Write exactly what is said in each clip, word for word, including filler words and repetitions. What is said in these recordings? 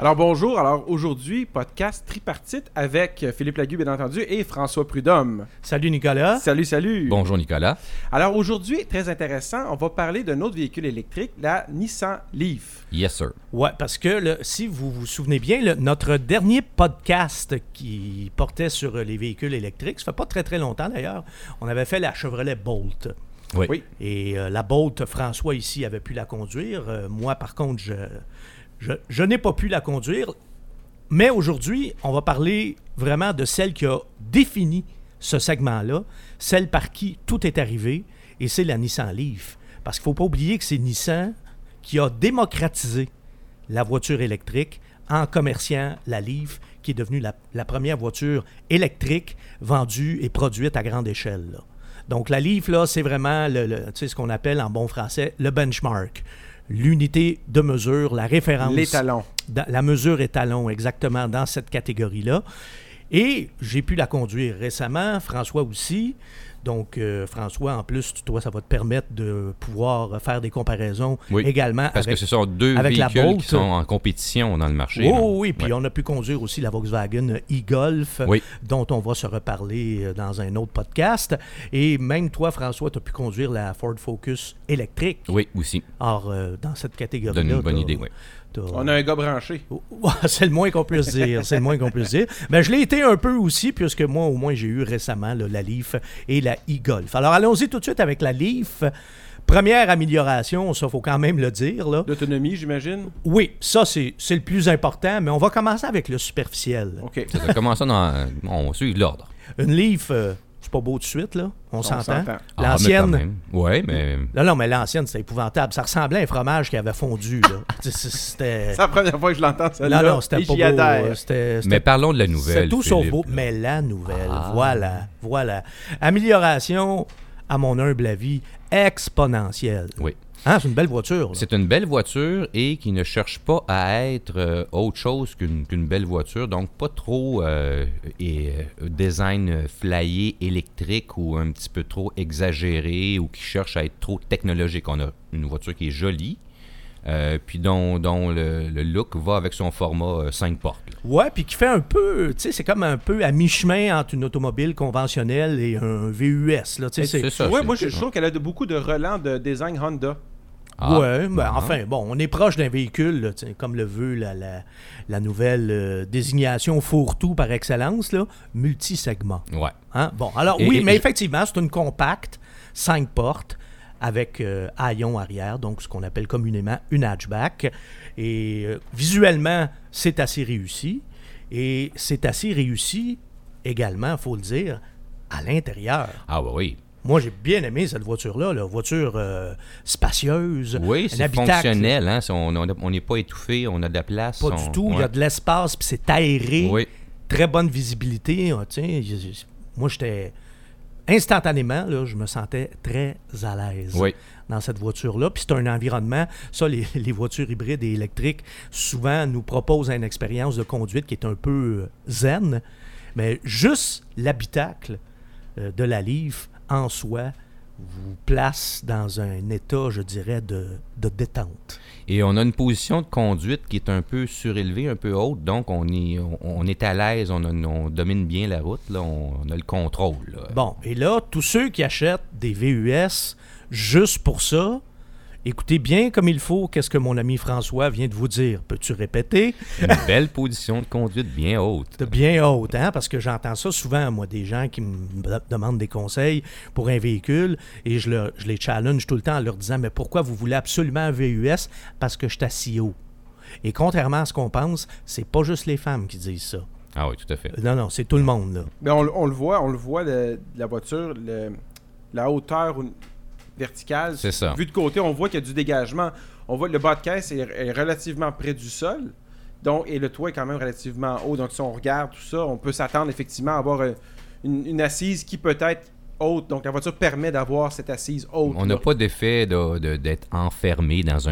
Alors bonjour, alors aujourd'hui, podcast tripartite avec Philippe Lagu, bien entendu, et François Prudhomme. Salut Nicolas. Salut, salut. Bonjour Nicolas. Alors aujourd'hui, très intéressant, on va parler d'un autre véhicule électrique, la Nissan Leaf. Yes sir. Ouais, parce que le, si vous vous souvenez bien, le, notre dernier podcast qui portait sur les véhicules électriques, ça fait pas très très longtemps d'ailleurs, on avait fait la Chevrolet Bolt. Oui. Oui. Et euh, la Bolt, François ici avait pu la conduire. Euh, moi par contre, je... Je, je n'ai pas pu la conduire, mais aujourd'hui, on va parler vraiment de celle qui a défini ce segment-là, celle par qui tout est arrivé, et c'est la Nissan Leaf. Parce qu'il ne faut pas oublier que c'est Nissan qui a démocratisé la voiture électrique en commerciant la Leaf, qui est devenue la, la première voiture électrique vendue et produite à grande échelle, là. Donc la Leaf, là, c'est vraiment le, le, tu sais, ce qu'on appelle en bon français le benchmark. L'unité de mesure, la référence. L'étalon. La mesure étalon, exactement, dans cette catégorie-là. Et j'ai pu la conduire récemment, François aussi. Donc, euh, François, en plus, toi, ça va te permettre de pouvoir faire des comparaisons oui, également parce avec, que ce sont deux avec véhicules la Bolt qui sont en compétition dans le marché. Oh, là. oui, puis ouais. on a pu conduire aussi la Volkswagen e-Golf, oui. dont on va se reparler dans un autre podcast. Et même toi, François, tu as pu conduire la Ford Focus électrique. Oui, aussi. Or, euh, dans cette catégorie-là... Donne une bonne idée, oui. On a un gars branché. C'est le moins qu'on puisse dire. C'est le moins qu'on puisse dire. Mais je l'ai été un peu aussi, puisque moi, au moins, j'ai eu récemment là, la Leaf et la e-Golf. Alors, allons-y tout de suite avec la Leaf. Première amélioration, ça, il faut quand même le dire. Là. L'autonomie, j'imagine? Oui, ça, c'est, c'est le plus important, mais on va commencer avec le superficiel. OK. Ça va commencer dans... On va suivre l'ordre. Une Leaf... Euh, c'est pas beau tout de suite, là. On, on s'entend. s'entend. L'ancienne... Ah, oui, mais... Non, non, mais l'ancienne, c'était épouvantable. Ça ressemblait à un fromage qui avait fondu, là. C'était... C'est la première fois que je l'entends, celle-là. Non, non, c'était pas beau. C'était, c'était... Mais parlons de la nouvelle, C'est tout sauf beau. Mais la nouvelle, ah. voilà, voilà. Amélioration, à mon humble avis, exponentielle. Oui. Hein, c'est une belle voiture. Là. C'est une belle voiture et qui ne cherche pas à être euh, autre chose qu'une, qu'une belle voiture. Donc, pas trop euh, et, euh, design flyé électrique ou un petit peu trop exagéré ou qui cherche à être trop technologique. On a une voiture qui est jolie, euh, puis dont, dont le, le look va avec son format euh, cinq portes. Là. Ouais, puis qui fait un peu, tu sais, c'est comme un peu à mi-chemin entre une automobile conventionnelle et un V U S. Là, c'est, c'est ça. Ouais, c'est, moi, je trouve qu'elle a de, beaucoup de relents de design Honda. Ah, ouais, ben, ah. enfin, bon, on est proche d'un véhicule, là, comme le veut la, la, la nouvelle euh, désignation fourre-tout par excellence, là, multisegment. Ouais. Hein? Bon, alors et, oui, et, mais et effectivement, c'est une compacte, cinq portes, avec euh, haillons arrière, donc ce qu'on appelle communément une hatchback. Et euh, visuellement, c'est assez réussi. Et c'est assez réussi également, il faut le dire, à l'intérieur. Ah bah oui. Moi, j'ai bien aimé cette voiture-là, la voiture euh, spacieuse. Oui, c'est habitacle. Fonctionnel. Hein? On n'est pas étouffé, on a de la place. Pas on, du tout. Ouais. Il y a de l'espace, puis c'est aéré. Oui. Très bonne visibilité. Ah, tiens, j- j- moi, j'étais... Instantanément, là, je me sentais très à l'aise oui. dans cette voiture-là. Puis c'est un environnement... Ça, les, les voitures hybrides et électriques, souvent, nous proposent une expérience de conduite qui est un peu zen. Mais juste l'habitacle euh, de la Leaf... en soi, vous place dans un état, je dirais, de, de détente. Et on a une position de conduite qui est un peu surélevée, un peu haute, donc on est, on, on est à l'aise, on, a, on domine bien la route, là, on, on a le contrôle. Là. Bon, et là, tous ceux qui achètent des V U S juste pour ça, écoutez bien comme il faut qu'est-ce que mon ami François vient de vous dire. Peux-tu répéter? Une belle position de conduite bien haute. Bien haute, hein? Parce que j'entends ça souvent, moi, des gens qui me demandent des conseils pour un véhicule et je, le, je les challenge tout le temps en leur disant « Mais pourquoi vous voulez absolument un V U S? Parce que je suis assis haut. » Et contrairement à ce qu'on pense, c'est pas juste les femmes qui disent ça. Ah oui, tout à fait. Non, non, c'est tout le monde, là. Mais on, on le voit, on le voit, le, la voiture, le, la hauteur... verticale. C'est ça. Vu de côté, on voit qu'il y a du dégagement. On voit que le bas de caisse est, est relativement près du sol. Donc, et le toit est quand même relativement haut. Donc, si on regarde tout ça, on peut s'attendre effectivement à avoir une, une assise qui peut être haute. Donc, la voiture permet d'avoir cette assise haute. On n'a pas d'effet de, de, d'être enfermé dans un cockpit.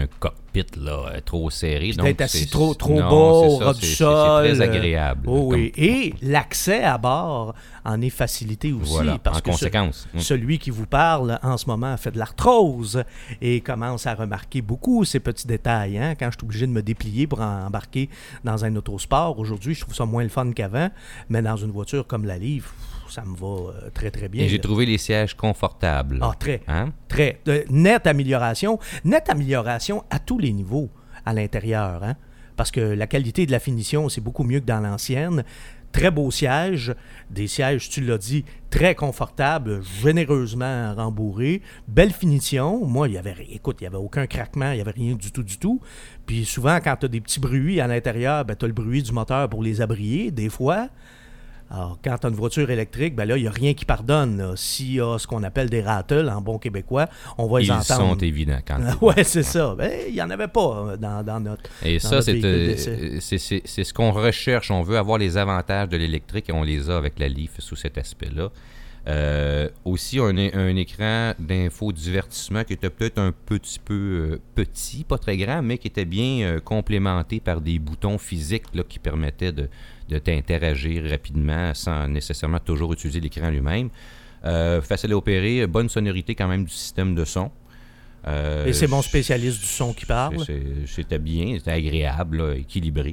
cockpit là, trop serré. Donc d'être assis c'est, trop, trop non, bas au ça, ras c'est, du c'est, sol. C'est très agréable. Oh, comme... oui. Et l'accès à bord en est facilité aussi. Voilà, parce en que conséquence. Ce, celui qui vous parle en ce moment fait de l'arthrose et commence à remarquer beaucoup ces petits détails. Hein? Quand je suis obligé de me déplier pour embarquer dans un autosport, aujourd'hui, je trouve ça moins le fun qu'avant, mais dans une voiture comme la Leaf, ça me va euh, très, très bien. Et j'ai là. trouvé les sièges confortables. Ah, très. Hein? Très. De, nette amélioration. Nette amélioration à tous les niveaux à l'intérieur. Hein? Parce que la qualité de la finition, c'est beaucoup mieux que dans l'ancienne. Très beaux sièges. Des sièges, tu l'as dit, très confortables, généreusement rembourrés. Belle finition. Moi, il y avait, écoute, il n'y avait aucun craquement, il n'y avait rien du tout, du tout. Puis souvent, quand tu as des petits bruits à l'intérieur, ben, tu as le bruit du moteur pour les abrier, des fois. Alors, quand tu as une voiture électrique, ben là, il n'y a rien qui pardonne. Là. S'il y a ce qu'on appelle des rattles en bon québécois, on va les Ils entendre. sont évidents quand même. Oui, c'est ça. Ben, il n'y en avait pas dans, dans notre Et dans ça, notre c'est, véhicule euh, d'essai. c'est, c'est, c'est ce qu'on recherche. On veut avoir les avantages de l'électrique et on les a avec la Leaf sous cet aspect-là. Euh, aussi, on a un écran d'infodivertissement qui était peut-être un petit peu euh, petit, pas très grand, mais qui était bien euh, complémenté par des boutons physiques là, qui permettaient de, de t'interagir rapidement sans nécessairement toujours utiliser l'écran lui-même. Euh, facile à opérer, bonne sonorité quand même du système de son. Euh, Et c'est mon spécialiste du son qui parle. c'est, c'était bien, c'était agréable, là, équilibré.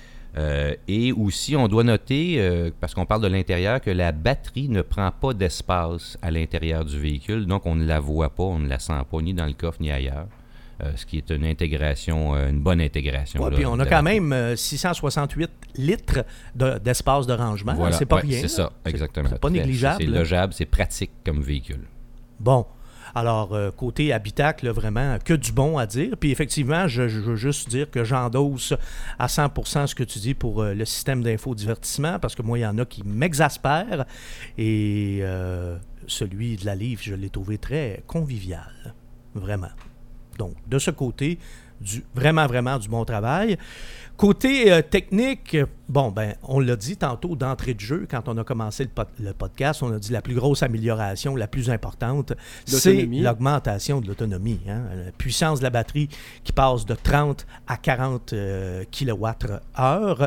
Euh, et aussi, on doit noter, euh, parce qu'on parle de l'intérieur, que la batterie ne prend pas d'espace à l'intérieur du véhicule, donc on ne la voit pas, on ne la sent pas ni dans le coffre ni ailleurs, euh, ce qui est une intégration, euh, une bonne intégration. Ouais, là, puis on a de quand la- même euh, six cent soixante-huit litres de- d'espace de rangement. Voilà, C'est pas ouais, rien. c'est là. ça, exactement. C'est pas Très- négligeable. C'est, c'est là. logeable, c'est pratique comme véhicule. Bon. Alors, euh, côté habitacle, là, vraiment, que du bon à dire. Puis effectivement, je, je veux juste dire que j'endosse à cent pour cent ce que tu dis pour euh, le système d'infodivertissement, parce que moi, il y en a qui m'exaspèrent. Et euh, celui de la Leaf, je l'ai trouvé très convivial. Vraiment. Donc, de ce côté, du, vraiment, vraiment du bon travail. Côté euh, technique, bon, ben, on l'a dit tantôt d'entrée de jeu, quand on a commencé le, pod- le podcast, on a dit la plus grosse amélioration, la plus importante, c'est L'autonomie. l'augmentation de l'autonomie. Hein? La puissance de la batterie qui passe de trente à quarante euh, kilowattheures.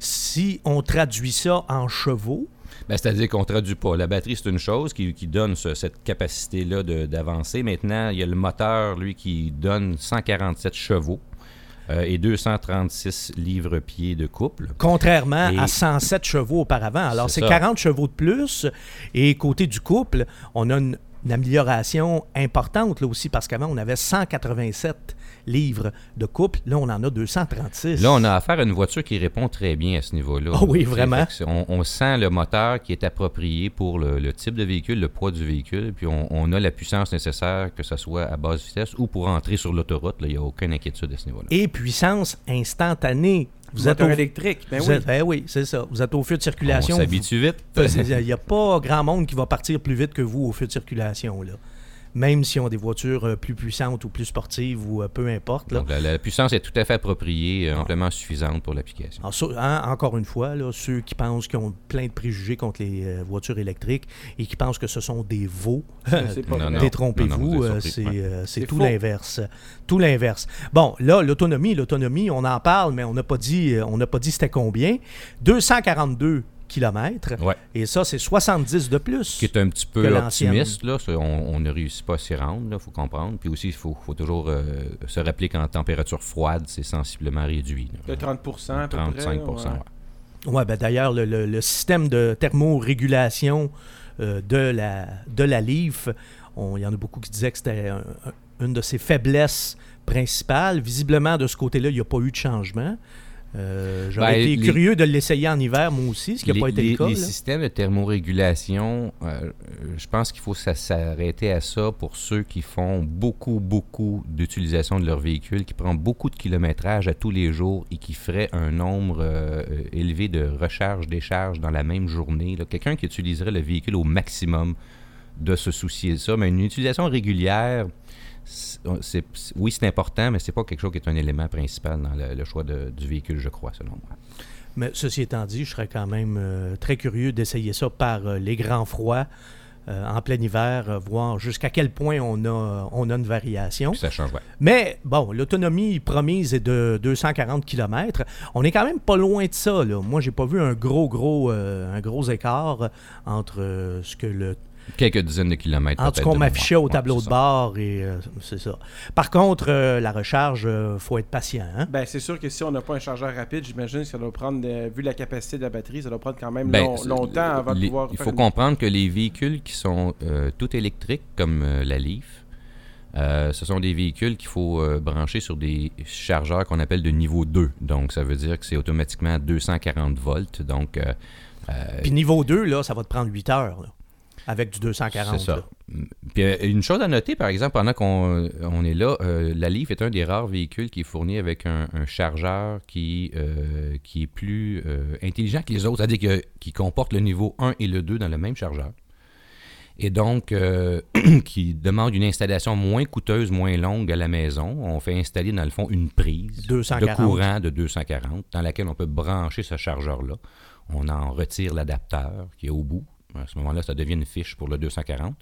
Si on traduit ça en chevaux, Ben, c'est-à-dire qu'on ne traduit pas. La batterie, c'est une chose qui, qui donne ce- cette capacité-là de- d'avancer. Maintenant, il y a le moteur, lui, qui donne cent quarante-sept chevaux euh, et deux cent trente-six livres-pieds de couple. contrairement Et- à cent sept chevaux auparavant. Alors, C'est c'est ça. quarante chevaux de plus. Et côté du couple, on a une, une amélioration importante là aussi, parce qu'avant, on avait cent quatre-vingt-sept livres de couple. Là, on en a deux cent trente-six. Là, on a affaire à une voiture qui répond très bien à ce niveau-là. Oh oui, Tu sais, vraiment. fait que c'est- On, on sent le moteur qui est approprié pour le, le type de véhicule, le poids du véhicule, puis on, on a la puissance nécessaire, que ce soit à basse vitesse ou pour entrer sur l'autoroute. Là, il n'y a aucune inquiétude à ce niveau-là. Et puissance instantanée. Vous êtes Moteur au... électrique, ben vous oui. êtes- ben oui, c'est ça. Vous êtes au feu de On circulation. s'habitue vite. Il n'y a pas grand monde qui va partir plus vite que vous au feu de circulation, là. Même si on a des voitures euh, plus puissantes ou plus sportives ou euh, peu importe. Là. Donc, la, la puissance est tout à fait appropriée, euh, amplement suffisante pour l'application. Alors, ça, hein, encore une fois, là, ceux qui pensent qu'ils ont plein de préjugés contre les euh, voitures électriques et qui pensent que ce sont des veaux, C'est pas Non, vrai. non. détrompez-vous, vous êtes euh, surpris, c'est ouais. euh, c'est C'est tout faux. l'inverse. Tout l'inverse. Bon, là, l'autonomie, l'autonomie, on en parle, mais on n'a pas dit, euh, on n'a pas dit c'était combien. deux cent quarante-deux kilomètres. Ouais. Et ça, c'est soixante-dix de plus. Qui est un petit que peu l'ancienne. optimiste, là. Ça, On, on ne réussit pas à s'y rendre, il faut comprendre. Puis aussi, il faut, faut toujours euh, se rappeler qu'en température froide, c'est sensiblement réduit. là. De trente pour cent à peu trente-cinq pour près. cent, ouais. ouais. Ouais, ben d'ailleurs, le, le- le système de thermorégulation euh, de, la, de la Leaf, on- il y en a beaucoup qui disaient que c'était un- un- une de ses faiblesses principales. Visiblement, de ce côté-là, il n'y a pas eu de changement. Euh, J'aurais Ben, été les- curieux de l'essayer en hiver, moi aussi, ce qui n'a les, pas été les- le cas. les là. systèmes de thermorégulation, euh, je pense qu'il faut ça- s'arrêter à ça pour ceux qui font beaucoup, beaucoup d'utilisation de leur véhicule, qui prend beaucoup de kilométrage à tous les jours et qui ferait un nombre euh, euh, élevé de recharge-décharge dans la même journée. là. Quelqu'un qui utiliserait le véhicule au maximum de se soucier de ça. Mais une utilisation régulière, c'est, c'est- oui, c'est important, mais c'est pas quelque chose qui est un élément principal dans le, le choix de- du véhicule, je crois, selon moi. Mais ceci étant dit, je serais quand même euh, très curieux d'essayer ça par euh, les grands froids. euh, en plein hiver, euh, voir jusqu'à quel point on a, on a une variation. Puis ça change, ouais. Mais bon, l'autonomie promise est de deux cent quarante kilomètres. On est quand même pas loin de ça, là. Moi, j'ai pas vu un gros, gros, euh, un gros écart entre euh, ce que le Quelques dizaines de kilomètres. entre ce qu'on m'affichait au tableau ouais, de bord et euh, c'est ça. Par contre, euh, la recharge, il euh, faut être patient. Hein? Ben, c'est sûr que si on n'a pas un chargeur rapide, j'imagine que ça doit prendre, de, vu la capacité de la batterie, ça doit prendre quand même Ben, long- longtemps avant les, de pouvoir Il faire faut une- comprendre que les véhicules qui sont euh, tout électriques, comme euh, la Leaf, euh, ce sont des véhicules qu'il faut euh, brancher sur des chargeurs qu'on appelle de niveau deux. Donc, ça veut dire que c'est automatiquement deux cent quarante volts. Donc, euh, euh, Puis niveau deux, là, ça va te prendre huit heures. Là. Avec du deux cent quarante. c'est ça. Là. Puis euh, une chose à noter, par exemple, pendant qu'on on est là, euh, la Leaf est un des rares véhicules qui est fourni avec un, un chargeur qui, euh, qui est plus euh, intelligent que les autres, c'est-à-dire que, qui comporte le niveau un et le deux dans le même chargeur. Et donc, euh, qui demande une installation moins coûteuse, moins longue à la maison. On fait installer, dans le fond, une prise deux cent de quarante. courant de deux cent quarante dans laquelle on peut brancher ce chargeur-là. On en retire l'adapteur qui est au bout. À ce moment-là, ça devient une fiche pour le deux cent quarante.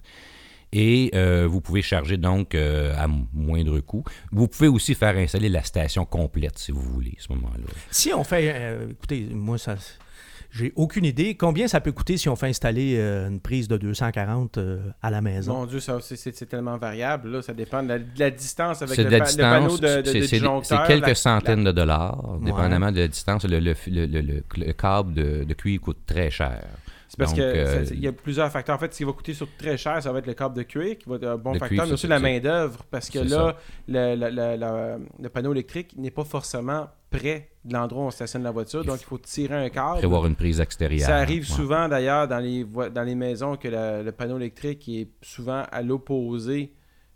Et euh, vous pouvez charger donc euh, à moindre coût. Vous pouvez aussi faire installer la station complète, si vous voulez, à ce moment-là. Si on fait... euh, écoutez, moi, ça... J'ai aucune idée. Combien ça peut coûter si on fait installer euh, une prise de deux cent quarante euh, à la maison? Mon Dieu, ça, c'est, c'est, c'est tellement variable. Là. Ça dépend de la, de la distance avec C'est le, de la pa- le panneau distance, de, de, c'est, de c'est- disjoncteur, c'est quelques la- centaines de dollars, Ouais. dépendamment de la distance. Le, le, le, le, le- le câble de, de cuir coûte très cher. C'est parce Donc, qu'il euh, y a plusieurs facteurs. En fait, ce qui va coûter surtout très cher, ça va être le câble de cuir, qui va être un bon Le facteur, cuir, mais aussi c'est- la c'est- main-d'œuvre. Parce que c'est là, le, le- le- le- le panneau électrique n'est pas forcément près de l'endroit où on stationne la voiture. Il Donc, il faut tirer un câble. Prévoir une prise extérieure. Ça arrive Ouais. souvent d'ailleurs dans les, vo- dans les maisons que la- le panneau électrique est souvent à l'opposé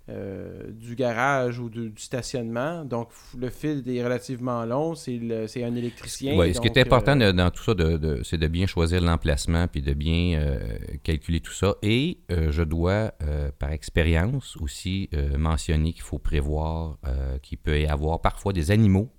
euh, du garage ou du, du stationnement. Donc f- le fil est relativement long. C'est, le- c'est un électricien. Oui, ce qui donc, est important euh, de- dans tout ça, de, de- c'est de bien choisir l'emplacement puis de bien euh, calculer tout ça. Et euh, je dois, euh, par expérience, aussi euh, mentionner qu'il faut prévoir euh, qu'il peut y avoir parfois des animaux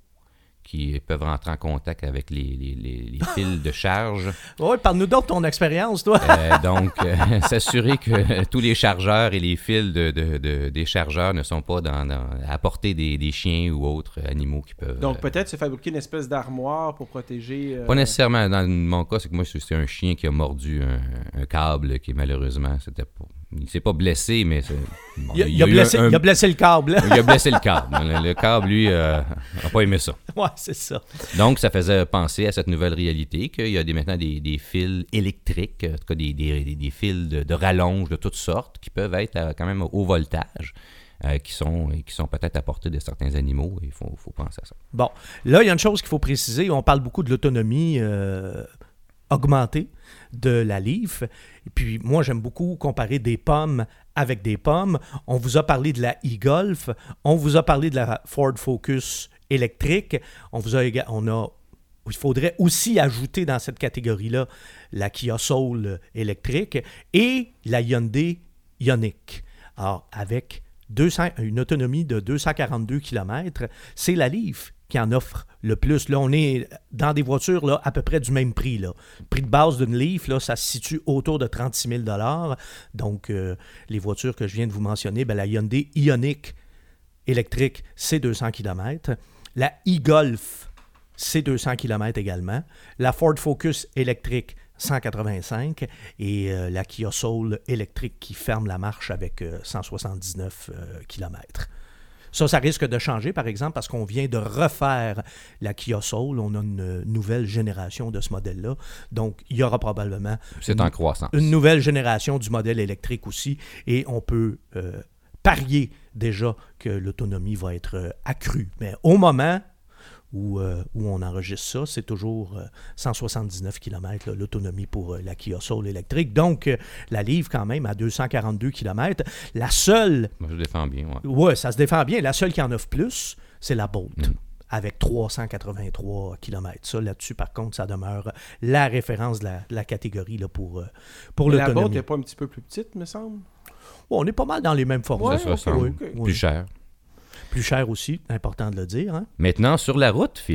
qui peuvent rentrer en contact avec les, les- les- les fils de charge. Oui, parle-nous donc de ton expérience, toi. Euh, donc, euh, s'assurer que tous les chargeurs et les fils de, de- de- des chargeurs ne sont pas dans, dans- à portée des, des chiens ou autres animaux qui peuvent... Donc euh, peut-être se fabriquer une espèce d'armoire pour protéger. euh, Pas nécessairement. Dans mon cas, c'est que moi, c'est c'est un chien qui a mordu un, un câble qui, malheureusement, c'était pas... Il s'est pas blessé, mais... c'est- bon, Il a, il a eu blessé, un- il a blessé le câble. il a blessé le câble. Le, le câble, lui, euh, a pas aimé ça. Ouais, c'est ça. Donc, ça faisait penser à cette nouvelle réalité qu'il y a des, maintenant des, des fils électriques, en tout cas des, des, des- des fils de, de rallonge de toutes sortes qui peuvent être à- quand même au voltage, euh, qui sont, qui sont peut-être à portée de certains animaux. Il faut, faut penser à ça. Bon, là, il y a une chose qu'il faut préciser. On parle beaucoup de l'autonomie euh, augmentée de la Leaf. Et puis, moi, j'aime beaucoup comparer des pommes avec des pommes. On vous a parlé de la e-Golf. On vous a parlé de la Ford Focus électrique. On vous a, éga- on a il faudrait aussi ajouter dans cette catégorie-là la Kia Soul électrique et la Hyundai Ioniq. Alors, avec deux cents une autonomie de deux cent quarante-deux kilomètres, c'est la Leaf qui en offre le plus. Là, on est dans des voitures là, à peu près du même prix. Là. Le prix de base d'une Leaf, là, ça se situe autour de trente-six mille dollars. Donc, euh, les voitures que je viens de vous mentionner, ben, la Hyundai Ioniq électrique, c'est deux cents kilomètres. La e-Golf, c'est deux cents kilomètres également. La Ford Focus électrique, cent quatre-vingt-cinq. Et euh, la Kia Soul électrique qui ferme la marche avec euh, cent soixante-dix-neuf euh, kilomètres. Ça, ça risque de changer, par exemple, parce qu'on vient de refaire la Kia Soul. On a une nouvelle génération de ce modèle-là. Donc, il y aura probablement C'est une, en croissance. une nouvelle génération du modèle électrique aussi. Et on peut euh, parier déjà que l'autonomie va être euh, accrue. Mais au moment où, euh, où on enregistre ça, c'est toujours euh, cent soixante-dix-neuf kilomètres là, l'autonomie pour euh, la Kia Soul électrique. Donc, euh, la livre quand même à deux cent quarante-deux kilomètres. La seule... Moi, je défends bien, ouais. Ouais, ça se défend bien. La seule qui en offre plus, c'est la Bolt. Mm. Avec trois cent quatre-vingt-trois kilomètres. Ça, là-dessus, par contre, ça demeure la référence de la, de la catégorie là, pour, euh, pour Mais la l'autonomie. boîte n'est pas un petit peu plus petite, me semble. Bon, on est pas mal dans les mêmes formats. Ça se ressemble. Oui, Plus oui. cher. Plus cher aussi, important de le dire. Hein? Maintenant, sur la route, Philippe,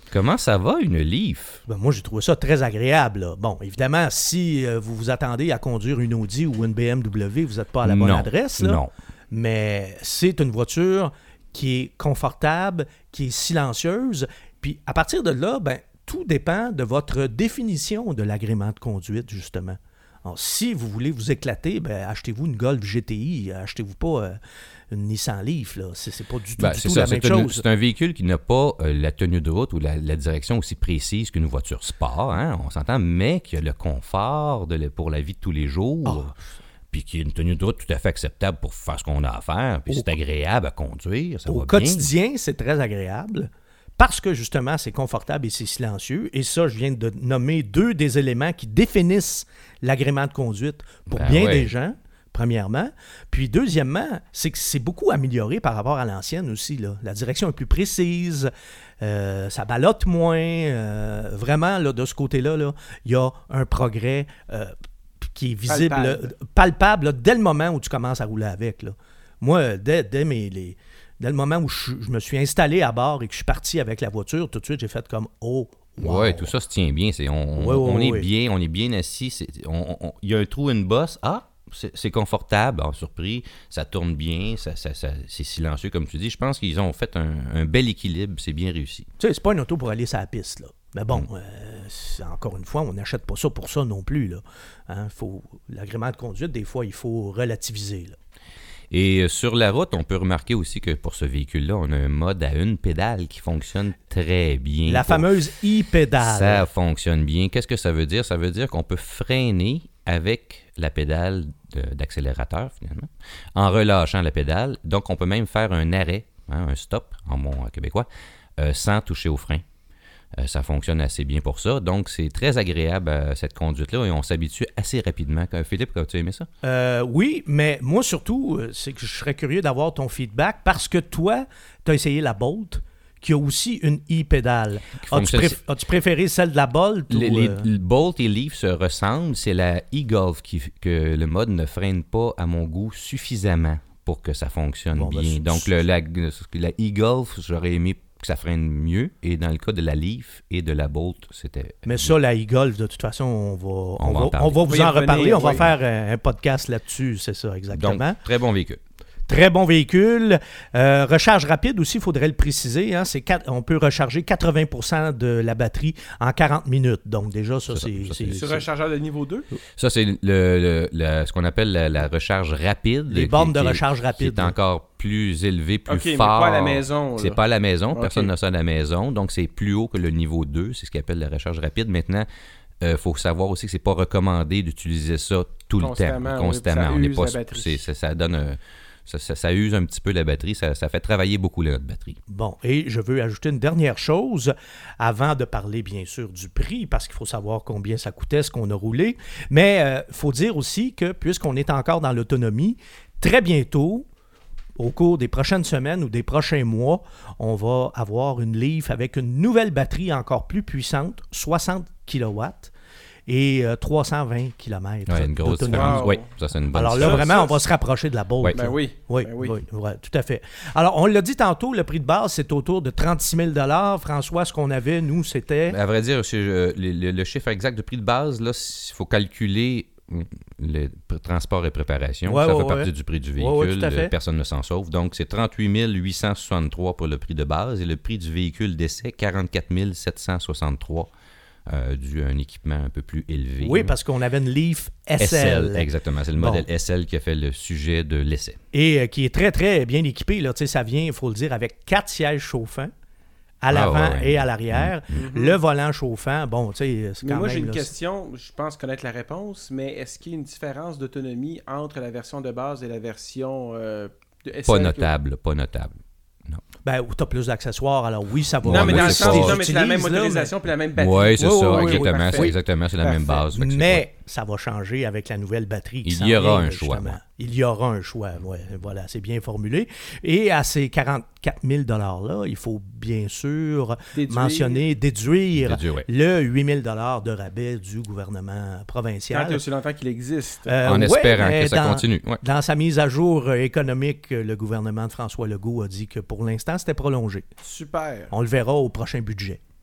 Comment ça va, une Leaf? Ben, moi, j'ai trouvé ça très agréable. Là. Bon, évidemment, si euh, vous vous attendez à conduire une Audi ou une B M W, vous n'êtes pas à la bonne non, adresse. Là. Non. Mais c'est une voiture qui est confortable, qui est silencieuse. Puis à partir de là, ben, tout dépend de votre définition de l'agrément de conduite, justement. Alors, si vous voulez vous éclater, ben, achetez-vous une Golf G T I, achetez-vous pas euh, une Nissan Leaf. Là. C'est, c'est pas du tout, Ben, du c'est tout ça, la même c'est une- chose. c'est un véhicule qui n'a pas euh, la tenue de route ou la, la direction aussi précise qu'une voiture sport, hein, on s'entend, mais qui a le confort de le- pour la vie de tous les jours. Ah. Puis qui a une tenue de route tout à fait acceptable pour faire ce qu'on a à faire. Puis Au- c'est agréable à conduire, ça Au va quotidien, c'est très agréable parce que justement, c'est confortable et c'est silencieux. Et ça, je viens de nommer deux des éléments qui définissent l'agrément de conduite pour Ben bien ouais. des gens, premièrement. Puis deuxièmement, c'est que c'est beaucoup amélioré par rapport à l'ancienne aussi. Là. La direction est plus précise, euh, ça ballotte moins. euh, vraiment, là, de ce côté-là, là, il y a un progrès euh, qui est visible, Palpable. euh, palpable là, dès le moment où tu commences à rouler avec. Là. Moi, dès, dès, mes, les, dès le moment où je, je me suis installé à bord et que je suis parti avec la voiture, tout de suite, j'ai fait comme « Oh, wow. Oui, tout ça se tient bien. C'est, on Ouais, ouais, on est ouais. bien, on est bien assis. c'est- on- on- Il y a un trou, une bosse. Ah, c'est, c'est confortable, en surpris. Ça tourne bien, ça, ça- ça- c'est silencieux, comme tu dis. Je pense qu'ils ont fait un, un bel équilibre. C'est bien réussi. Tu sais, c'est pas une auto pour aller sur la piste, là. Mais bon, Mm. euh, c'est- encore une fois, on n'achète pas ça pour ça non plus, là. Hein, faut, l'agrément de conduite, des fois, il faut relativiser, là. Et euh, sur la route, on peut remarquer aussi que pour ce véhicule-là, on a un mode à une pédale qui fonctionne très bien. La Pour- fameuse e-pédale. Ça fonctionne bien. Qu'est-ce que ça veut dire? Ça veut dire qu'on peut freiner avec la pédale de- d'accélérateur, finalement, en relâchant la pédale. Donc, on peut même faire un arrêt, hein, un stop, en bon québécois, euh, sans toucher au frein. Euh, ça fonctionne assez bien pour ça. Donc, c'est très agréable, euh, cette conduite-là, et on s'habitue assez rapidement. Euh, Philippe, as-tu aimé ça? Euh, oui, mais moi surtout, euh, c'est que je serais curieux d'avoir ton feedback parce que toi, tu as essayé la Bolt, qui a aussi une e-pédale. As-tu, fonctionne- préf- as-tu préféré celle de la Bolt? Les, ou, les- euh, le Bolt et Leaf se ressemblent. C'est la e-Golf qui, que le mode ne freine pas, à mon goût, suffisamment pour que ça fonctionne Bon, ben, bien. c'est- Donc, le- la, la e-Golf, j'aurais aimé que ça freine mieux. Et dans le cas de la Leaf et de la Bolt, c'était... Mais ça, la e-Golf, de toute façon, on va, on On va en va, parler. on va On va vous y en revenir, reparler. On va oui. faire euh, un podcast là-dessus, c'est ça, exactement. Donc, très bon véhicule. Très bon véhicule. Euh, recharge rapide aussi, il faudrait le préciser. Hein, c'est quatre- on peut recharger quatre-vingts pour cent de la batterie en quarante minutes. Donc déjà, ça, C'est ça, c'est... ça, c'est- c'est- Sur c'est- un chargeur de niveau deux. Ça, c'est le, le- la- ce qu'on appelle la, la recharge rapide. Les qui- bornes de qui est- recharge Qui rapide. est encore plus élevé, plus OK, mais fort. pas à la maison. C'est là. pas à la maison, Ok. personne n'a ça à la maison, donc c'est plus haut que le niveau deux, c'est ce qu'on appelle la recharge rapide. Maintenant, il faut savoir aussi que c'est pas recommandé d'utiliser ça tout Constamment, le temps, oui, constamment. ça On n'est use pas, la batterie. c'est- ça, ça donne, euh, ça, ça- ça use un petit peu la batterie, ça, ça fait travailler beaucoup la- notre batterie. Bon, et je veux ajouter une dernière chose avant de parler, bien sûr, du prix, parce qu'il faut savoir combien ça coûtait, ce qu'on a roulé. Mais il faut dire aussi que, puisqu'on est encore dans l'autonomie, très bientôt, au cours des prochaines semaines ou des prochains mois, on va avoir une Leaf avec une nouvelle batterie encore plus puissante, soixante kilowatts et euh, trois cent vingt kilomètres Ouais, une grosse d'autonomie. différence. Wow. Oui, ça c'est une bonne Alors là, Ça, vraiment, ça, on va se rapprocher de la Bolt. Ouais. là. Ben oui. Oui, Ben oui. oui, ouais, tout à fait. Alors, on l'a dit tantôt, le prix de base, c'est autour de trente-six mille dollars. François, ce qu'on avait, nous, c'était... À vrai dire, c'est, euh, le, le- le chiffre exact de prix de base, là, il faut calculer hum, le pr- transport et préparation. Ouais, ça ouais, fait partie ouais. du prix du Ouais, véhicule. ouais, tout à fait. euh, Personne ne s'en sauve. Donc, c'est trente-huit mille huit cent soixante-trois pour le prix de base et le prix du véhicule d'essai, quarante-quatre mille sept cent soixante-trois, euh, dû à un équipement un peu plus élevé. Oui, parce qu'on avait une Leaf S L. Exactement. C'est le Bon. modèle S L qui a fait le sujet de l'essai. Et euh, qui est très, très bien équipé. Là. Tu sais, ça vient, il faut le dire, avec quatre sièges chauffants à l'avant Ah, ouais, ouais. et à l'arrière. Mhm. Le volant chauffant, bon, tu sais, c'est Mais quand moi, même... j'ai une là, question. Je pense connaître la réponse, mais est-ce qu'il y a une différence d'autonomie entre la version de base et la version euh, de S L? Pas que- notable, pas notable. Ben, où tu as plus d'accessoires, alors oui, ça va... Non, mais moi, dans le c'est sens, pas- non, mais c'est la même Utilises, là, motorisation puis la même batterie. Oui, c'est Oui, ça, oui, oui, exactement. parfait. c'est exactement, c'est la même Parfait. base. Fait que c'est Mais ça va changer avec la nouvelle batterie. qui Il s'en y aura vient, un choix, justement. ouais. Il y aura un choix, ouais. Voilà, c'est bien formulé. Et à ces quarante-quatre mille dollars-là, il faut bien sûr Déduire. mentionner, déduire Déduire, ouais. le huit mille dollars de rabais du gouvernement Quand provincial. il y a aussi longtemps qu'il existe. Euh, En ouais, espérant mais que ça dans- continue. Ouais. Dans sa mise à jour euh, économique, euh, le gouvernement de François Legault a dit que pour l'instant, c'était prolongé. Super. On le verra au prochain budget.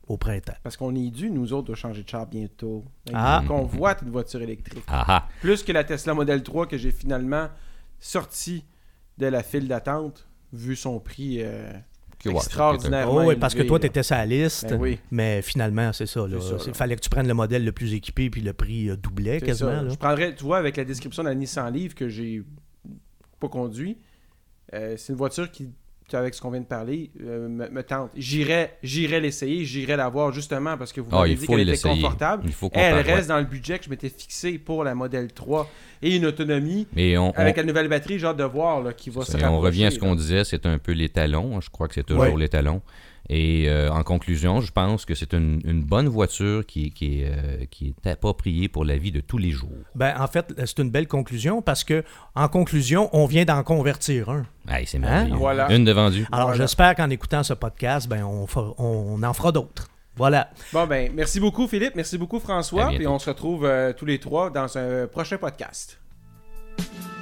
au printemps. Parce qu'on est dû, nous autres, de changer de char bientôt. Ah. Qu'on voit une voiture électrique. Ah ah. Plus que la Tesla Model trois que j'ai finalement sorti de la file d'attente, vu son prix euh, Que ouais, extraordinairement Oh, oui, parce que élevé, toi, là. tu étais sur la liste, Ben oui. mais finalement, c'est ça. Il C'est ça, là. fallait que tu prennes le modèle le plus équipé, puis le prix euh, doublait C'est quasiment. ça. Là. Je prendrais, tu vois, avec la description de la Nissan Leaf que j'ai pas conduit, euh, c'est une voiture qui, avec ce qu'on vient de parler, euh, me, me tente. J'irais, j'irais l'essayer, j'irais la voir justement parce que vous Ah, m'avez il dit faut qu'elle était l'essayer. confortable. Il faut Elle comparer, reste ouais. dans le budget que je m'étais fixé pour la Model trois et une autonomie Mais on, on- avec la nouvelle batterie, j'ai hâte de voir là, qui va se et on revient à ce qu'on rapprocher, disait, c'est un peu l'étalon. Je crois que c'est toujours Ouais. l'étalon. Et euh, en conclusion, je pense que c'est une, une bonne voiture qui, qui, est, euh, qui est appropriée pour la vie de tous les jours. Ben, en fait, c'est une belle conclusion parce que, en conclusion, on vient d'en convertir un. Hey, c'est merveilleux. Hein? Voilà. Une de vendue. Alors, Voilà. j'espère qu'en écoutant ce podcast, ben, on, fera- on en fera d'autres. Voilà. Bon, ben, merci beaucoup, Philippe. Merci beaucoup, À François. bientôt. Puis on se retrouve euh, tous les trois dans un prochain podcast.